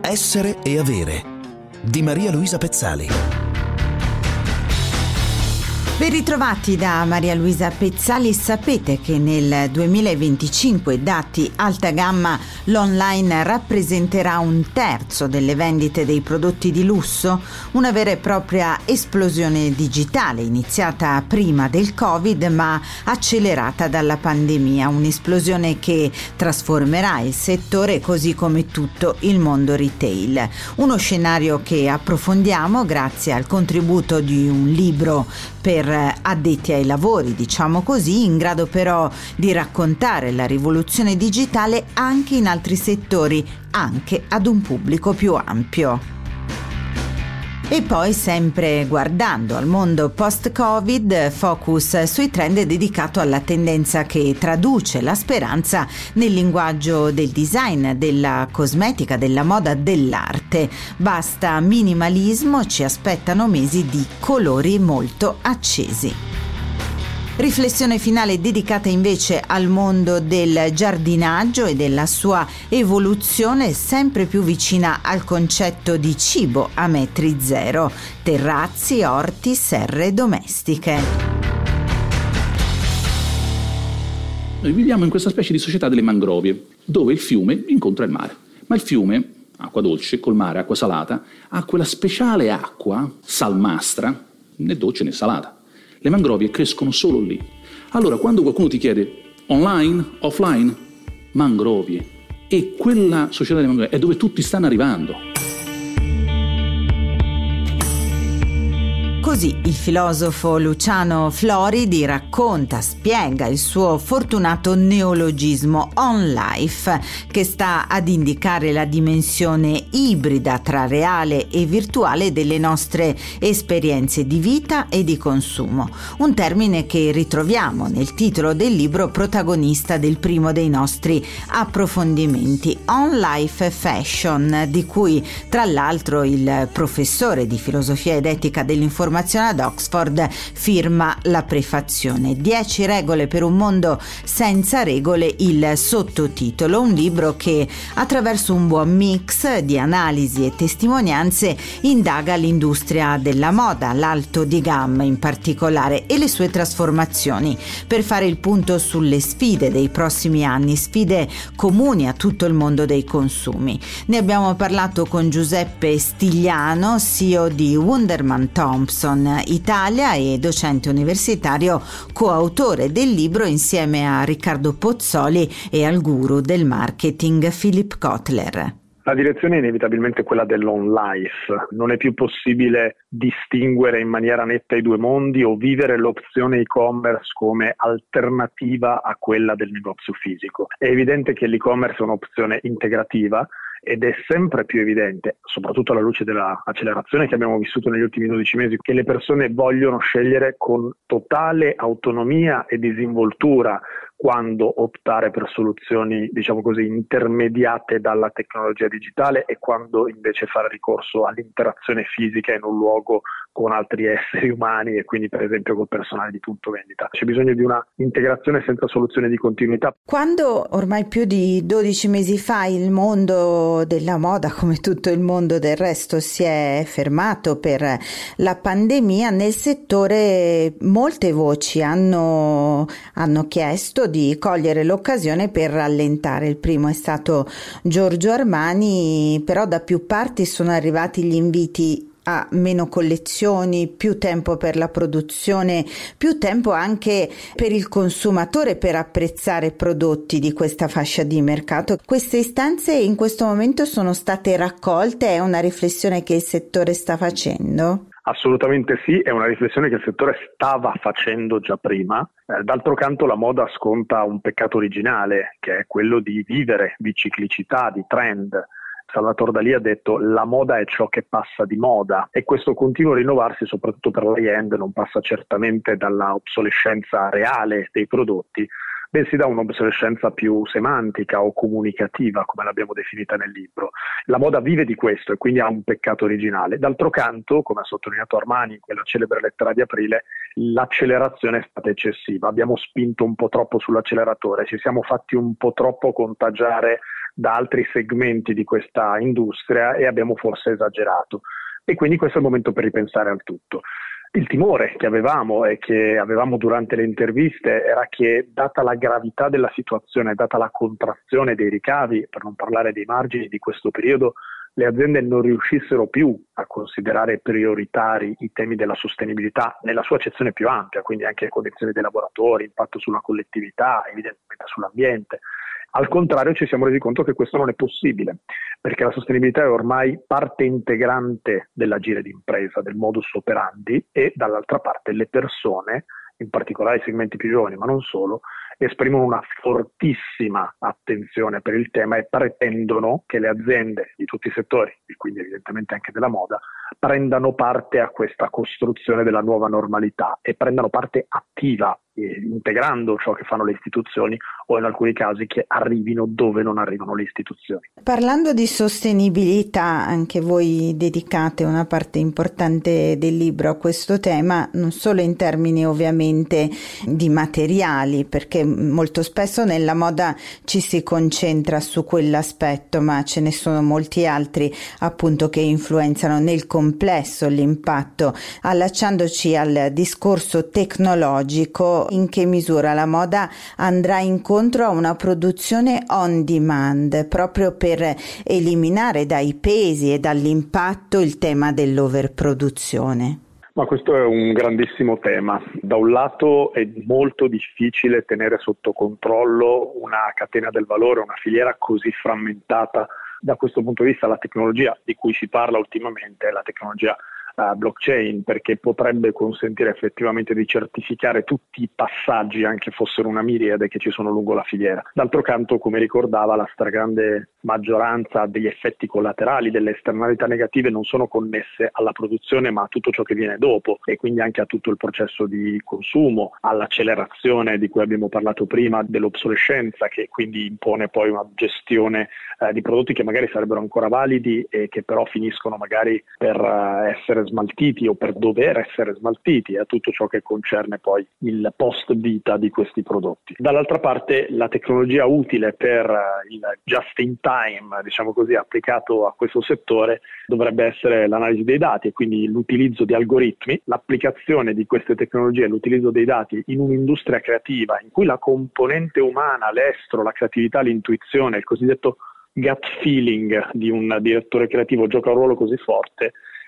Essere e avere di Maria Luisa Pezzali. Ben ritrovati da Maria Luisa Pezzali. Sapete che nel 2025, dati alta gamma, l'online rappresenterà 1/3 delle vendite dei prodotti di lusso? Una vera e propria esplosione digitale iniziata prima del Covid ma accelerata dalla pandemia, un'esplosione che trasformerà il settore così come tutto il mondo retail. Uno scenario che approfondiamo grazie al contributo di un libro per addetti ai lavori, diciamo così, in grado però di raccontare la rivoluzione digitale anche in altri settori, anche ad un pubblico più ampio. E poi, sempre guardando al mondo post-Covid, focus sui trend dedicato alla tendenza che traduce la speranza nel linguaggio del design, della cosmetica, della moda, dell'arte. Basta minimalismo, ci aspettano mesi di colori molto accesi. Riflessione finale dedicata invece al mondo del giardinaggio e della sua evoluzione sempre più vicina al concetto di cibo a metri zero, terrazzi, orti, serre domestiche. Noi viviamo in questa specie di società delle mangrovie, dove il fiume incontra il mare, ma il fiume, acqua dolce, col mare, acqua salata, ha quella speciale acqua salmastra, né dolce né salata. Le mangrovie crescono solo lì. Allora, quando qualcuno ti chiede online, offline, mangrovie, e quella società delle mangrovie è dove tutti stanno arrivando. Così il filosofo Luciano Floridi racconta, spiega il suo fortunato neologismo on life, che sta ad indicare la dimensione ibrida tra reale e virtuale delle nostre esperienze di vita e di consumo. Un termine che ritroviamo nel titolo del libro protagonista del primo dei nostri approfondimenti, On Life Fashion, di cui tra l'altro il professore di filosofia ed etica dell'informazione ad Oxford firma la prefazione. 10 regole per un mondo senza regole, il sottotitolo, un libro che attraverso un buon mix di analisi e testimonianze indaga l'industria della moda, l'alto di gamma in particolare, e le sue trasformazioni, per fare il punto sulle sfide dei prossimi anni, sfide comuni a tutto il mondo dei consumi. Ne abbiamo parlato con Giuseppe Stigliano, CEO di Wunderman Thompson Italia e docente universitario, coautore del libro insieme a Riccardo Pozzoli e al guru del marketing Philip Kotler. La direzione è inevitabilmente quella dell'on life. Non è più possibile distinguere in maniera netta i due mondi o vivere l'opzione e-commerce come alternativa a quella del negozio fisico. È evidente che l'e-commerce è un'opzione integrativa ed è sempre più evidente, soprattutto alla luce dell'accelerazione che abbiamo vissuto negli ultimi 12 mesi, che le persone vogliono scegliere con totale autonomia e disinvoltura quando optare per soluzioni, diciamo così, intermediate dalla tecnologia digitale e quando invece fare ricorso all'interazione fisica in un luogo con altri esseri umani e quindi per esempio col personale di punto vendita. C'è bisogno di una integrazione senza soluzione di continuità. Quando ormai più di 12 mesi fa il mondo della moda, come tutto il mondo del resto, si è fermato per la pandemia, nel settore molte voci hanno chiesto di cogliere l'occasione per rallentare. Il primo è stato Giorgio Armani, però da più parti sono arrivati gli inviti a meno collezioni, più tempo per la produzione, più tempo anche per il consumatore per apprezzare prodotti di questa fascia di mercato. Queste istanze in questo momento sono state raccolte? È una riflessione che il settore sta facendo? Assolutamente sì, è una riflessione che il settore stava facendo già prima. D'altro canto la moda sconta un peccato originale, che è quello di vivere di ciclicità, di trend. Salvatore Dalì ha detto: la moda è ciò che passa di moda, e questo continuo rinnovarsi, soprattutto per l'high-end, non passa certamente dalla obsolescenza reale dei prodotti, bensì da un'obsolescenza più semantica o comunicativa, come l'abbiamo definita nel libro. La moda vive di questo e quindi ha un peccato originale. D'altro canto, come ha sottolineato Armani in quella celebre lettera di aprile, l'accelerazione è stata eccessiva. Abbiamo spinto un po' troppo sull'acceleratore, ci siamo fatti un po' troppo contagiare da altri segmenti di questa industria e abbiamo forse esagerato. E quindi questo è il momento per ripensare al tutto. Il timore che avevamo e che avevamo durante le interviste era che, data la gravità della situazione, data la contrazione dei ricavi, per non parlare dei margini di questo periodo, le aziende non riuscissero più a considerare prioritari i temi della sostenibilità nella sua accezione più ampia, quindi anche le condizioni dei lavoratori, impatto sulla collettività, evidentemente sull'ambiente. Al contrario, ci siamo resi conto che questo non è possibile, perché la sostenibilità è ormai parte integrante dell'agire di impresa, del modus operandi, e dall'altra parte le persone, in particolare i segmenti più giovani, ma non solo, esprimono una fortissima attenzione per il tema e pretendono che le aziende di tutti i settori, e quindi evidentemente anche della moda, prendano parte a questa costruzione della nuova normalità e prendano parte attiva, integrando ciò che fanno le istituzioni o in alcuni casi che arrivino dove non arrivano le istituzioni. Parlando di sostenibilità, anche voi dedicate una parte importante del libro a questo tema, non solo in termini ovviamente di materiali, perché molto spesso nella moda ci si concentra su quell'aspetto, ma ce ne sono molti altri appunto che influenzano nel complesso l'impatto. Allacciandoci al discorso tecnologico, in che misura la moda andrà incontro a una produzione on demand, proprio per eliminare dai pesi e dall'impatto il tema dell'overproduzione? Ma questo è un grandissimo tema. Da un lato è molto difficile tenere sotto controllo una catena del valore, una filiera così frammentata. Da questo punto di vista la tecnologia di cui si parla ultimamente è la tecnologia blockchain, perché potrebbe consentire effettivamente di certificare tutti i passaggi, anche fossero una miriade, che ci sono lungo la filiera. D'altro canto, come ricordava, la stragrande maggioranza degli effetti collaterali, delle esternalità negative, non sono connesse alla produzione ma a tutto ciò che viene dopo, e quindi anche a tutto il processo di consumo, all'accelerazione di cui abbiamo parlato prima, dell'obsolescenza, che quindi impone poi una gestione di prodotti che magari sarebbero ancora validi e che però finiscono magari per essere smaltiti o per dover essere smaltiti, a tutto ciò che concerne poi il post vita di questi prodotti. Dall'altra parte la tecnologia utile per il just in time, diciamo così, applicato a questo settore dovrebbe essere l'analisi dei dati e quindi l'utilizzo di algoritmi, l'applicazione di queste tecnologie, l'utilizzo dei dati in un'industria creativa in cui la componente umana, l'estro, la creatività, l'intuizione, il cosiddetto gut feeling di un direttore creativo gioca un ruolo così forte.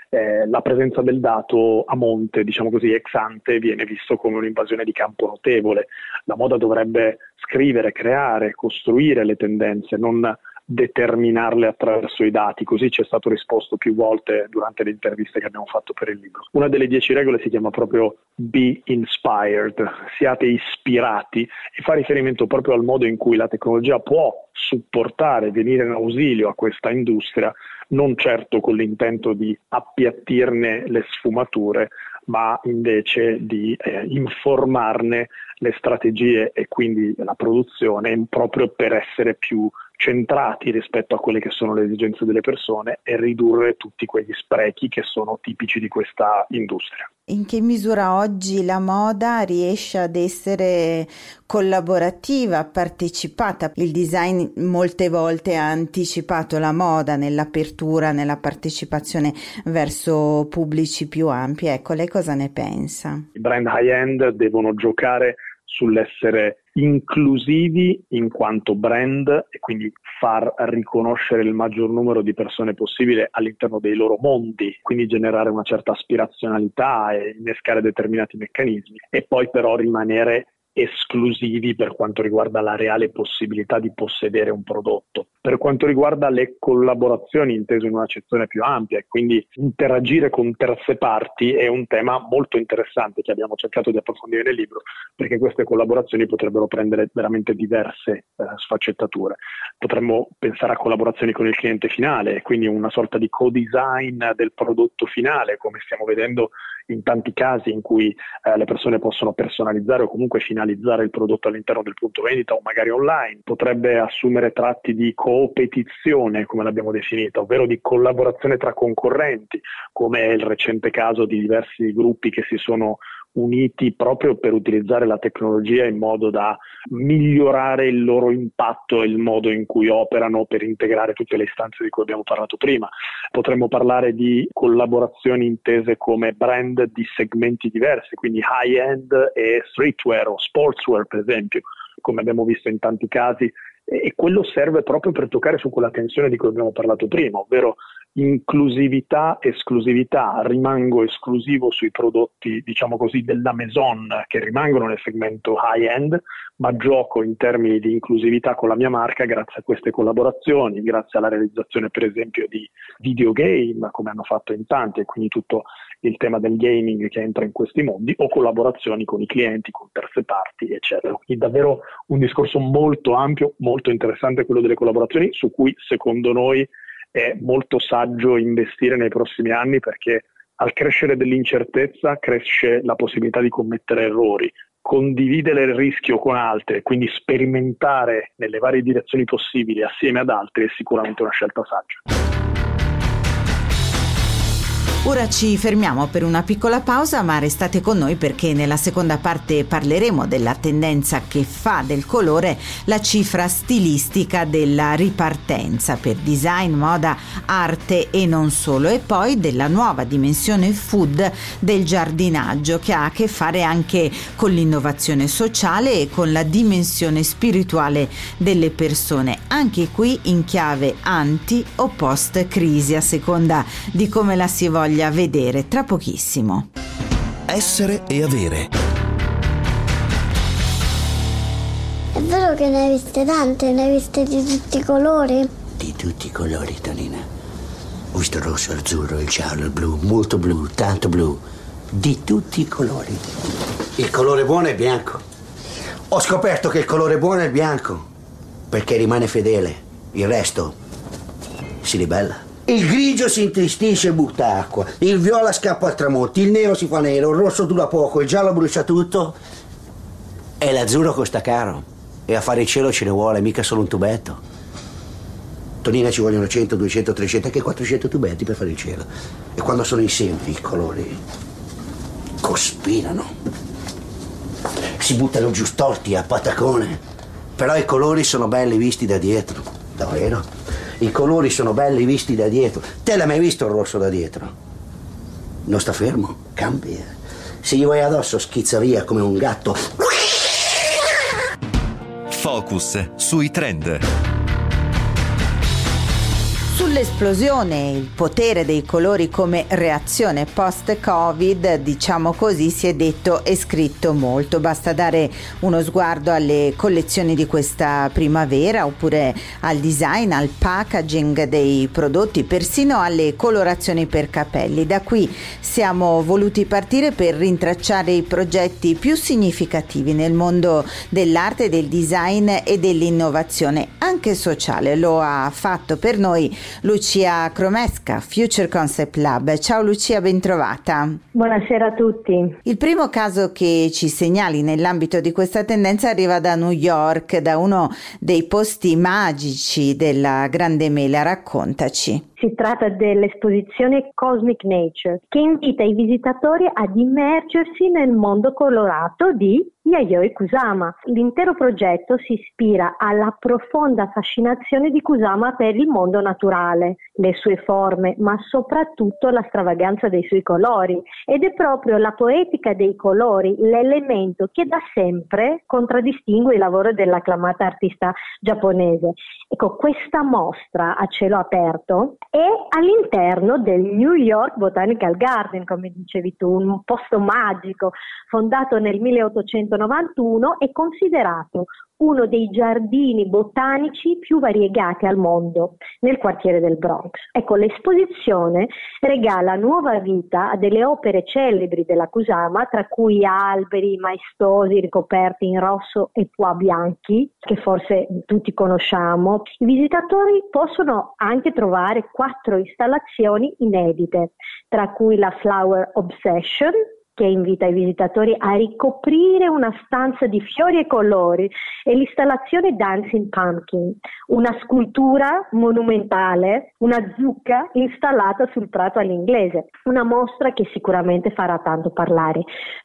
La presenza del dato a monte, diciamo così, ex ante, viene visto come un'invasione di campo notevole. La moda dovrebbe scrivere, creare, costruire le tendenze, non determinarle attraverso i dati. Così ci è stato risposto più volte durante le interviste che abbiamo fatto per il libro. Una delle 10 regole si chiama proprio Be Inspired, siate ispirati, e fa riferimento proprio al modo in cui la tecnologia può supportare, venire in ausilio a questa industria, non certo con l'intento di appiattirne le sfumature, ma invece di informarne le strategie e quindi la produzione, proprio per essere più centrati rispetto a quelle che sono le esigenze delle persone e ridurre tutti quegli sprechi che sono tipici di questa industria. In che misura oggi la moda riesce ad essere collaborativa, partecipata? Il design molte volte ha anticipato la moda nell'apertura, nella partecipazione verso pubblici più ampi. Ecco, lei cosa ne pensa? I brand high-end devono giocare sull'essere inclusivi in quanto brand e quindi far riconoscere il maggior numero di persone possibile all'interno dei loro mondi, quindi generare una certa aspirazionalità e innescare determinati meccanismi, e poi però rimanere esclusivi per quanto riguarda la reale possibilità di possedere un prodotto. Per quanto riguarda le collaborazioni, inteso in un'accezione più ampia, e quindi interagire con terze parti, è un tema molto interessante che abbiamo cercato di approfondire nel libro, perché queste collaborazioni potrebbero prendere veramente diverse sfaccettature. Potremmo pensare a collaborazioni con il cliente finale, quindi una sorta di co-design del prodotto finale, come stiamo vedendo in tanti casi in cui le persone possono personalizzare o comunque finalizzare il prodotto all'interno del punto vendita o magari online. Potrebbe assumere tratti di coopetizione, come l'abbiamo definita, ovvero di collaborazione tra concorrenti, come è il recente caso di diversi gruppi che si sono uniti proprio per utilizzare la tecnologia in modo da migliorare il loro impatto e il modo in cui operano per integrare tutte le istanze di cui abbiamo parlato prima. Potremmo parlare di collaborazioni intese come brand di segmenti diversi, quindi high-end e streetwear o sportswear per esempio, come abbiamo visto in tanti casi, e quello serve proprio per toccare su quella tensione di cui abbiamo parlato prima, ovvero inclusività, esclusività. Rimango esclusivo sui prodotti, diciamo così, della Maison, che rimangono nel segmento high-end, ma gioco in termini di inclusività con la mia marca grazie a queste collaborazioni, grazie alla realizzazione per esempio di videogame, come hanno fatto in tanti, e quindi tutto il tema del gaming che entra in questi mondi, o collaborazioni con i clienti, con terze parti, eccetera. Quindi davvero un discorso molto ampio, molto interessante quello delle collaborazioni, su cui secondo noi è molto saggio investire nei prossimi anni, perché al crescere dell'incertezza cresce la possibilità di commettere errori. Condividere il rischio con altri e quindi sperimentare nelle varie direzioni possibili assieme ad altri è sicuramente una scelta saggia. Ora ci fermiamo per una piccola pausa, ma restate con noi perché nella seconda parte parleremo della tendenza che fa del colore la cifra stilistica della ripartenza per design, moda, arte e non solo, e poi della nuova dimensione food del giardinaggio, che ha a che fare anche con l'innovazione sociale e con la dimensione spirituale delle persone, anche qui in chiave anti o post crisi, a seconda di come la si voglia vedere, tra pochissimo. Essere e avere. È vero che ne hai viste tante, ne hai viste di tutti i colori? Di tutti i colori, Tonina. Ho visto il rosso, l'azzurro, il giallo, il blu, molto blu, tanto blu. Di tutti i colori. Il colore buono è il bianco. Ho scoperto che il colore buono è il bianco, perché rimane fedele. Il resto si ribella. Il grigio si intristisce e butta acqua, il viola scappa al tramonto, il nero si fa nero, il rosso dura poco, il giallo brucia tutto e l'azzurro costa caro. E a fare il cielo ce ne vuole, mica solo un tubetto. Tonina, ci vogliono 100, 200, 300, anche 400 tubetti per fare il cielo. E quando sono insieme i colori cospirano, si buttano giù storti a patacone. Però i colori sono belli visti da dietro, davvero. I colori sono belli visti da dietro. Te l'hai mai visto il rosso da dietro? Non sta fermo, cambia. Se gli vai addosso schizza via come un gatto. Focus sui trend. Sull'esplosione e il potere dei colori come reazione post-Covid, diciamo così, si è detto e scritto molto. Basta dare uno sguardo alle collezioni di questa primavera, oppure al design, al packaging dei prodotti, persino alle colorazioni per capelli. Da qui siamo voluti partire per rintracciare i progetti più significativi nel mondo dell'arte, del design e dell'innovazione, anche sociale. Lo ha fatto per noi Lucia Cromesca, Future Concept Lab. Ciao Lucia, bentrovata. Buonasera a tutti. Il primo caso che ci segnali nell'ambito di questa tendenza arriva da New York, da uno dei posti magici della Grande Mela. Raccontaci. Si tratta dell'esposizione Cosmic Nature, che invita i visitatori ad immergersi nel mondo colorato di Yayoi Kusama. L'intero progetto si ispira alla profonda fascinazione di Kusama per il mondo naturale, le sue forme, ma soprattutto la stravaganza dei suoi colori. Ed è proprio la poetica dei colori l'elemento che da sempre contraddistingue il lavoro dell'acclamata artista giapponese. Ecco, questa mostra a cielo aperto è all'interno del New York Botanical Garden, come dicevi tu, un posto magico fondato nel 1891 e considerato uno dei giardini botanici più variegati al mondo nel quartiere del Bronx. Ecco, l'esposizione regala nuova vita a delle opere celebri della Kusama, tra cui alberi maestosi ricoperti in rosso e pois bianchi, che forse tutti conosciamo. I visitatori possono anche trovare 4 installazioni inedite, tra cui la Flower Obsession, che invita i visitatori a ricoprire una stanza di fiori e colori, è l'installazione Dancing Pumpkin, una scultura monumentale, una zucca installata sul prato all'inglese, una mostra che sicuramente farà tanto parlare.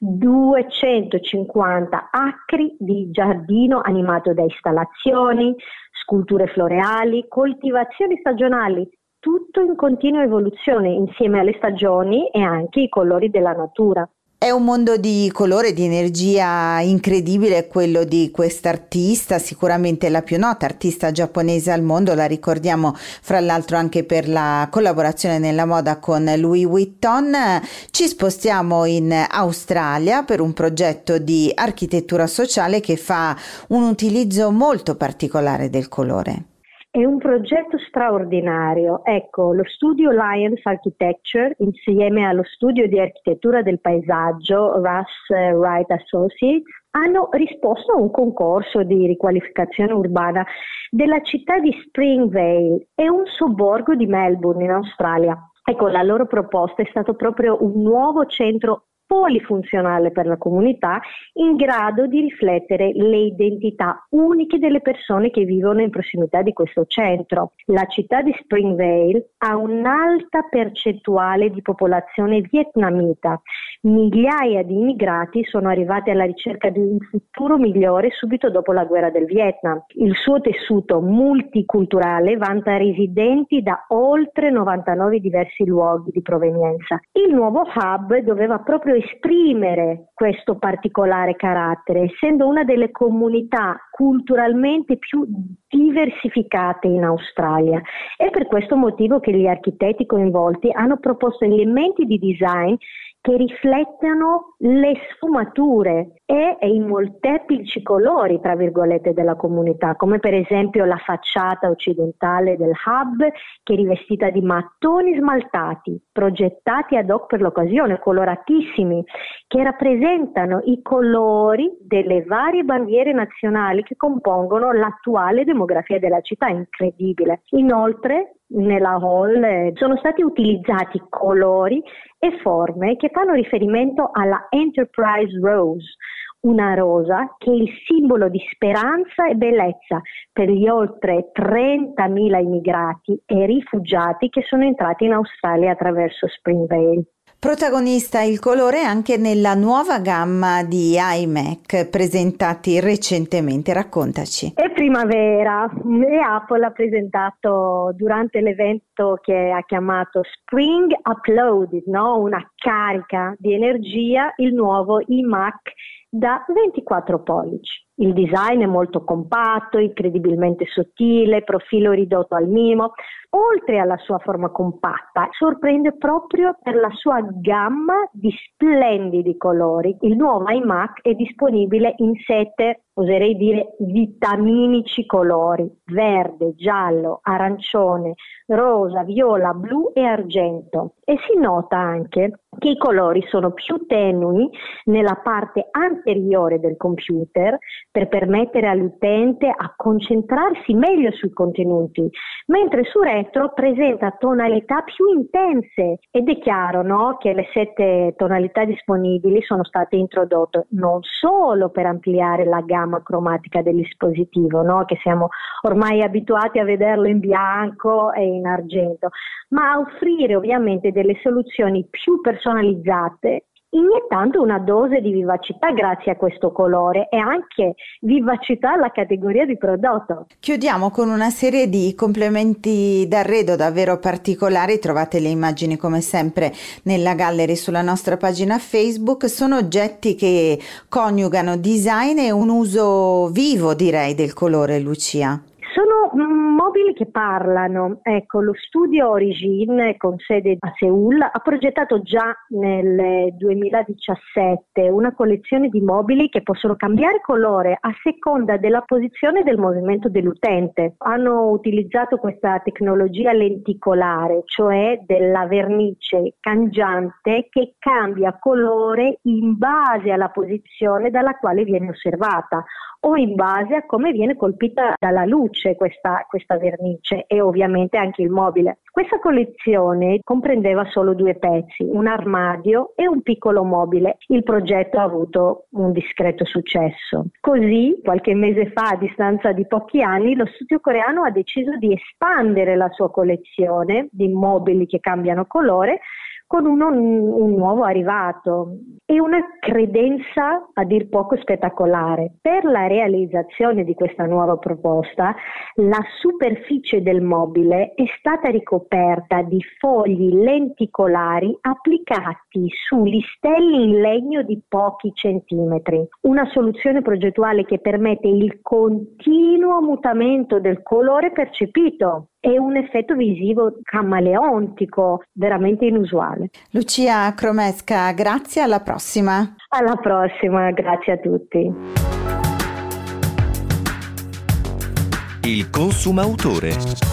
250 acri di giardino animato da installazioni, sculture floreali, coltivazioni stagionali, tutto in continua evoluzione insieme alle stagioni e anche i colori della natura. È un mondo di colore e di energia incredibile quello di quest'artista, sicuramente la più nota artista giapponese al mondo, la ricordiamo fra l'altro anche per la collaborazione nella moda con Louis Vuitton. Ci spostiamo in Australia per un progetto di architettura sociale che fa un utilizzo molto particolare del colore. È un progetto straordinario. Ecco, lo studio Lions Architecture insieme allo studio di architettura del paesaggio Russ Wright Associates hanno risposto a un concorso di riqualificazione urbana della città di Springvale, è un sobborgo di Melbourne in Australia. Ecco, la loro proposta è stato proprio un nuovo centro polifunzionale per la comunità in grado di riflettere le identità uniche delle persone che vivono in prossimità di questo centro. La città di Springvale ha un'alta percentuale di popolazione vietnamita. Migliaia di immigrati sono arrivati alla ricerca di un futuro migliore subito dopo la guerra del Vietnam. Il suo tessuto multiculturale vanta residenti da oltre 99 diversi luoghi di provenienza. Il nuovo hub doveva proprio esprimere questo particolare carattere, essendo una delle comunità culturalmente più diversificate in Australia. È per questo motivo che gli architetti coinvolti hanno proposto elementi di design che riflettono le sfumature e i molteplici colori, tra virgolette, della comunità, come per esempio la facciata occidentale del hub, che è rivestita di mattoni smaltati, progettati ad hoc per l'occasione, coloratissimi, che rappresentano i colori delle varie bandiere nazionali che compongono l'attuale demografia della città, incredibile. Inoltre, nella hall sono stati utilizzati colori e forme che fanno riferimento alla Enterprise Rose, una rosa che è il simbolo di speranza e bellezza per gli oltre 30.000 immigrati e rifugiati che sono entrati in Australia attraverso Springvale. Protagonista il colore anche nella nuova gamma di iMac presentati recentemente, raccontaci. È primavera e Apple ha presentato durante l'evento che ha chiamato Spring Uploaded, no? Una carica di energia, il nuovo iMac da 24 pollici. Il design è molto compatto, incredibilmente sottile, profilo ridotto al minimo. Oltre alla sua forma compatta, sorprende proprio per la sua gamma di splendidi colori. Il nuovo iMac è disponibile in 7, oserei dire, vitaminici colori: verde, giallo, arancione, rosa, viola, blu e argento. E si nota anche che i colori sono più tenui nella parte anteriore del computer per permettere all'utente a concentrarsi meglio sui contenuti, mentre su retro presenta tonalità più intense. Ed è chiaro, no, che le 7 tonalità disponibili sono state introdotte non solo per ampliare la gamma cromatica del dispositivo, no, che siamo ormai abituati a vederlo in bianco e in argento, ma a offrire ovviamente delle soluzioni più personalizzate, iniettando una dose di vivacità grazie a questo colore e anche vivacità alla categoria di prodotto. Chiudiamo con una serie di complementi d'arredo davvero particolari. Trovate le immagini come sempre nella gallery sulla nostra pagina Facebook. Sono oggetti che coniugano design e un uso vivo, direi, del colore, Lucia. Sono mobili che parlano. Ecco, lo studio Origine, con sede a Seul, ha progettato già nel 2017 una collezione di mobili che possono cambiare colore a seconda della posizione del movimento dell'utente. Hanno utilizzato questa tecnologia lenticolare, cioè della vernice cangiante che cambia colore in base alla posizione dalla quale viene osservata o in base a come viene colpita dalla luce questa vernice e ovviamente anche il mobile. Questa collezione comprendeva solo 2 pezzi, un armadio e un piccolo mobile. Il progetto ha avuto un discreto successo. Così, qualche mese fa, a distanza di pochi anni, lo studio coreano ha deciso di espandere la sua collezione di mobili che cambiano colore con un nuovo arrivato e una credenza a dir poco spettacolare. Per la realizzazione di questa nuova proposta, la superficie del mobile è stata ricoperta di fogli lenticolari applicati su listelli in legno di pochi centimetri. Una soluzione progettuale che permette il continuo mutamento del colore percepito e un effetto visivo camaleontico veramente inusuale. Lucia Cromesca, grazie, alla prossima. Alla prossima, grazie a tutti. Il consumautore.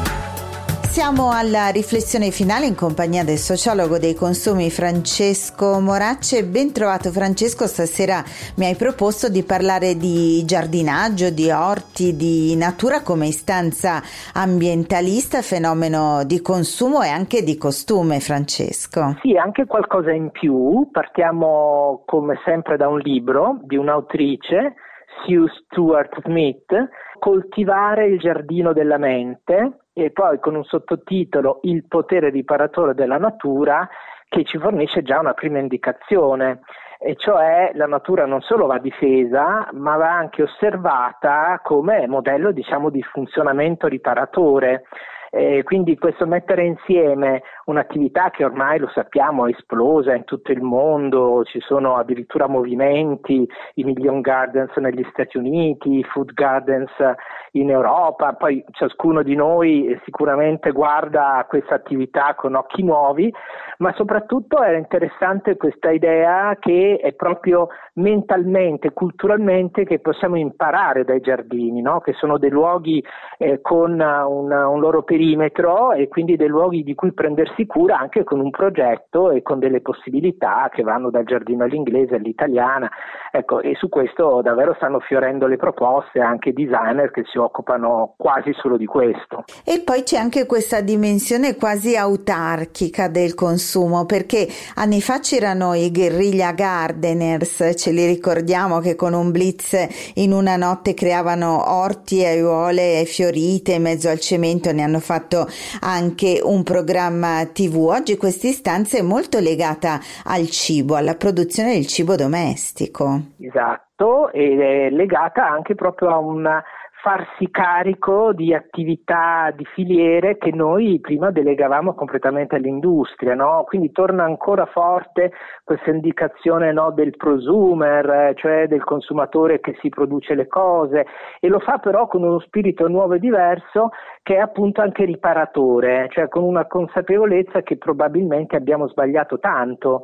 Siamo alla riflessione finale in compagnia del sociologo dei consumi Francesco Moracce. Ben trovato Francesco, stasera mi hai proposto di parlare di giardinaggio, di orti, di natura come istanza ambientalista, fenomeno di consumo e anche di costume, Francesco. Sì, anche qualcosa in più. Partiamo come sempre da un libro di un'autrice, Sue Stuart Smith, Coltivare il giardino della mente, e poi con un sottotitolo Il potere riparatore della natura, che ci fornisce già una prima indicazione, e cioè la natura non solo va difesa, ma va anche osservata come modello, diciamo, di funzionamento riparatore. Quindi questo mettere insieme un'attività che ormai, lo sappiamo, è esplosa in tutto il mondo, ci sono addirittura movimenti, i Million Gardens negli Stati Uniti, i Food Gardens in Europa, poi ciascuno di noi sicuramente guarda questa attività con occhi nuovi, ma soprattutto era interessante questa idea che è proprio mentalmente, culturalmente, che possiamo imparare dai giardini, no? Che sono dei luoghi con un loro perimetro e quindi dei luoghi di cui prendersi cura anche con un progetto e con delle possibilità che vanno dal giardino all'inglese all'italiana. Ecco, e su questo davvero stanno fiorendo le proposte, anche designer che si occupano quasi solo di questo. E poi c'è anche questa dimensione quasi autarchica del consumo, perché anni fa c'erano i guerriglia gardeners, ce li ricordiamo, che con un blitz in una notte creavano orti e aiuole fiorite in mezzo al cemento, ne hanno fatto anche un programma TV. Oggi questa istanza è molto legata al cibo, alla produzione del cibo domestico. Esatto, ed è legata anche proprio a un farsi carico di attività di filiere che noi prima delegavamo completamente all'industria, no? Quindi torna ancora forte questa indicazione, no, del prosumer, cioè del consumatore che si produce le cose, e lo fa però con uno spirito nuovo e diverso, che è appunto anche riparatore, cioè con una consapevolezza che probabilmente abbiamo sbagliato tanto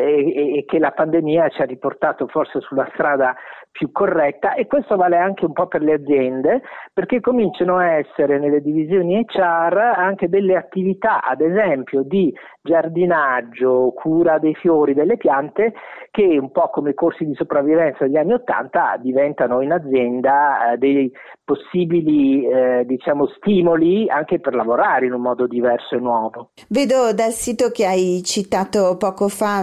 e che la pandemia ci ha riportato forse sulla strada più corretta, e questo vale anche un po' per le aziende, perché cominciano a essere nelle divisioni HR anche delle attività, ad esempio di giardinaggio, cura dei fiori, delle piante, che un po' come i corsi di sopravvivenza degli anni '80 diventano in azienda dei possibili stimoli anche per lavorare in un modo diverso e nuovo. Vedo dal sito che hai citato poco fa,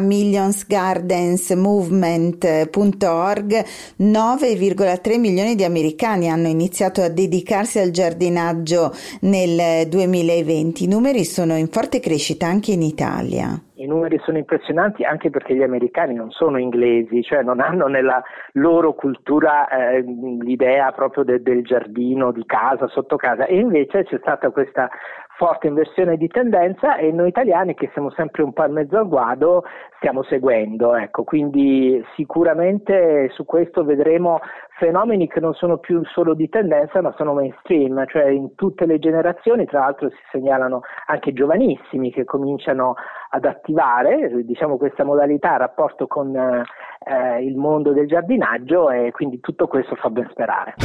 millionsgardensmovement.org, 9,3 milioni di americani hanno iniziato a dedicarsi al giardinaggio nel 2020. I numeri sono in forte crescita anche in Italia. I numeri sono impressionanti anche perché gli americani non sono inglesi, cioè non hanno nella loro cultura l'idea proprio del giardino di casa, sotto casa, e invece c'è stata questa forte inversione di tendenza e noi italiani, che siamo sempre un po' in mezzo al guado, stiamo seguendo, ecco. Quindi sicuramente su questo vedremo fenomeni che non sono più solo di tendenza ma sono mainstream, cioè in tutte le generazioni. Tra l'altro si segnalano anche giovanissimi che cominciano ad attivare, diciamo, questa modalità, rapporto con il mondo del giardinaggio, e quindi tutto questo fa ben sperare.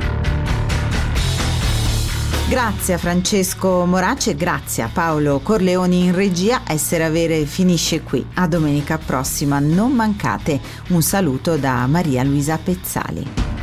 Grazie a Francesco Moracce, grazie a Paolo Corleoni in regia. Essere Avere finisce qui. A domenica prossima, non mancate. Un saluto da Maria Luisa Pezzali.